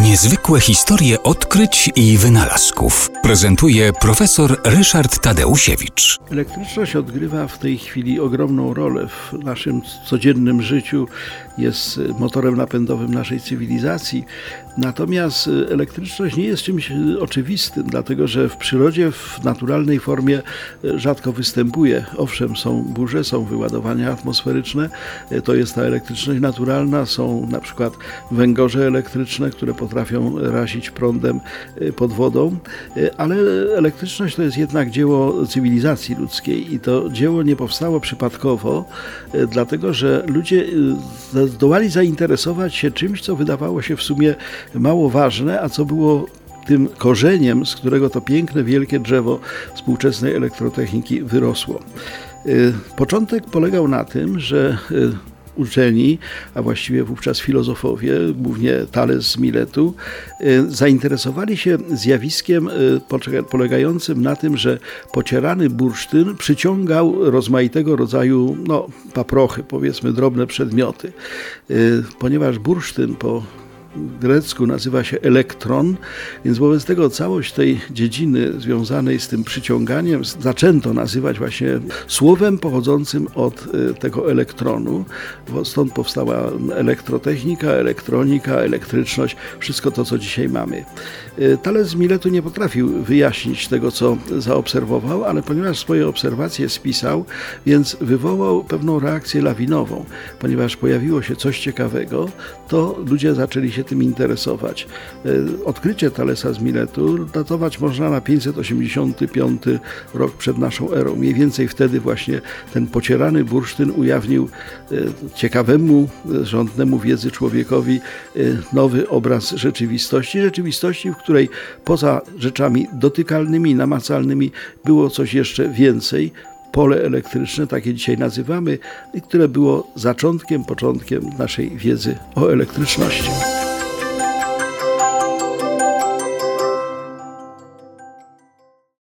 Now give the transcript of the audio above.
Niezwykłe historie odkryć i wynalazków prezentuje profesor Ryszard Tadeusiewicz. Elektryczność odgrywa w tej chwili ogromną rolę w naszym codziennym życiu. Jest motorem napędowym naszej cywilizacji. Natomiast elektryczność nie jest czymś oczywistym, dlatego że w przyrodzie w naturalnej formie rzadko występuje. Owszem, są burze, są wyładowania atmosferyczne, to jest ta elektryczność naturalna, są na przykład węgorze elektryczne, które potrafią razić prądem pod wodą, ale elektryczność to jest jednak dzieło cywilizacji ludzkiej i to dzieło nie powstało przypadkowo, dlatego że ludzie zdołali zainteresować się czymś, co wydawało się w sumie mało ważne, a co było tym korzeniem, z którego to piękne, wielkie drzewo współczesnej elektrotechniki wyrosło. Początek polegał na tym, że uczeni, a właściwie wówczas filozofowie, głównie Thales z Miletu, zainteresowali się zjawiskiem polegającym na tym, że pocierany bursztyn przyciągał rozmaitego rodzaju paprochy, powiedzmy drobne przedmioty. Ponieważ bursztyn po grecku nazywa się elektron, więc wobec tego całość tej dziedziny związanej z tym przyciąganiem zaczęto nazywać właśnie słowem pochodzącym od tego elektronu. Stąd powstała elektrotechnika, elektronika, elektryczność, wszystko to, co dzisiaj mamy. Thales z Miletu nie potrafił wyjaśnić tego, co zaobserwował, ale ponieważ swoje obserwacje spisał, więc wywołał pewną reakcję lawinową. Ponieważ pojawiło się coś ciekawego, to ludzie zaczęli się tym interesować. Odkrycie Thalesa z Miletu datować można na 585 rok przed naszą erą. Mniej więcej wtedy właśnie ten pocierany bursztyn ujawnił ciekawemu, żądnemu wiedzy człowiekowi nowy obraz rzeczywistości, w której poza rzeczami dotykalnymi, namacalnymi było coś jeszcze więcej. Pole elektryczne, takie dzisiaj nazywamy, i które było początkiem naszej wiedzy o elektryczności.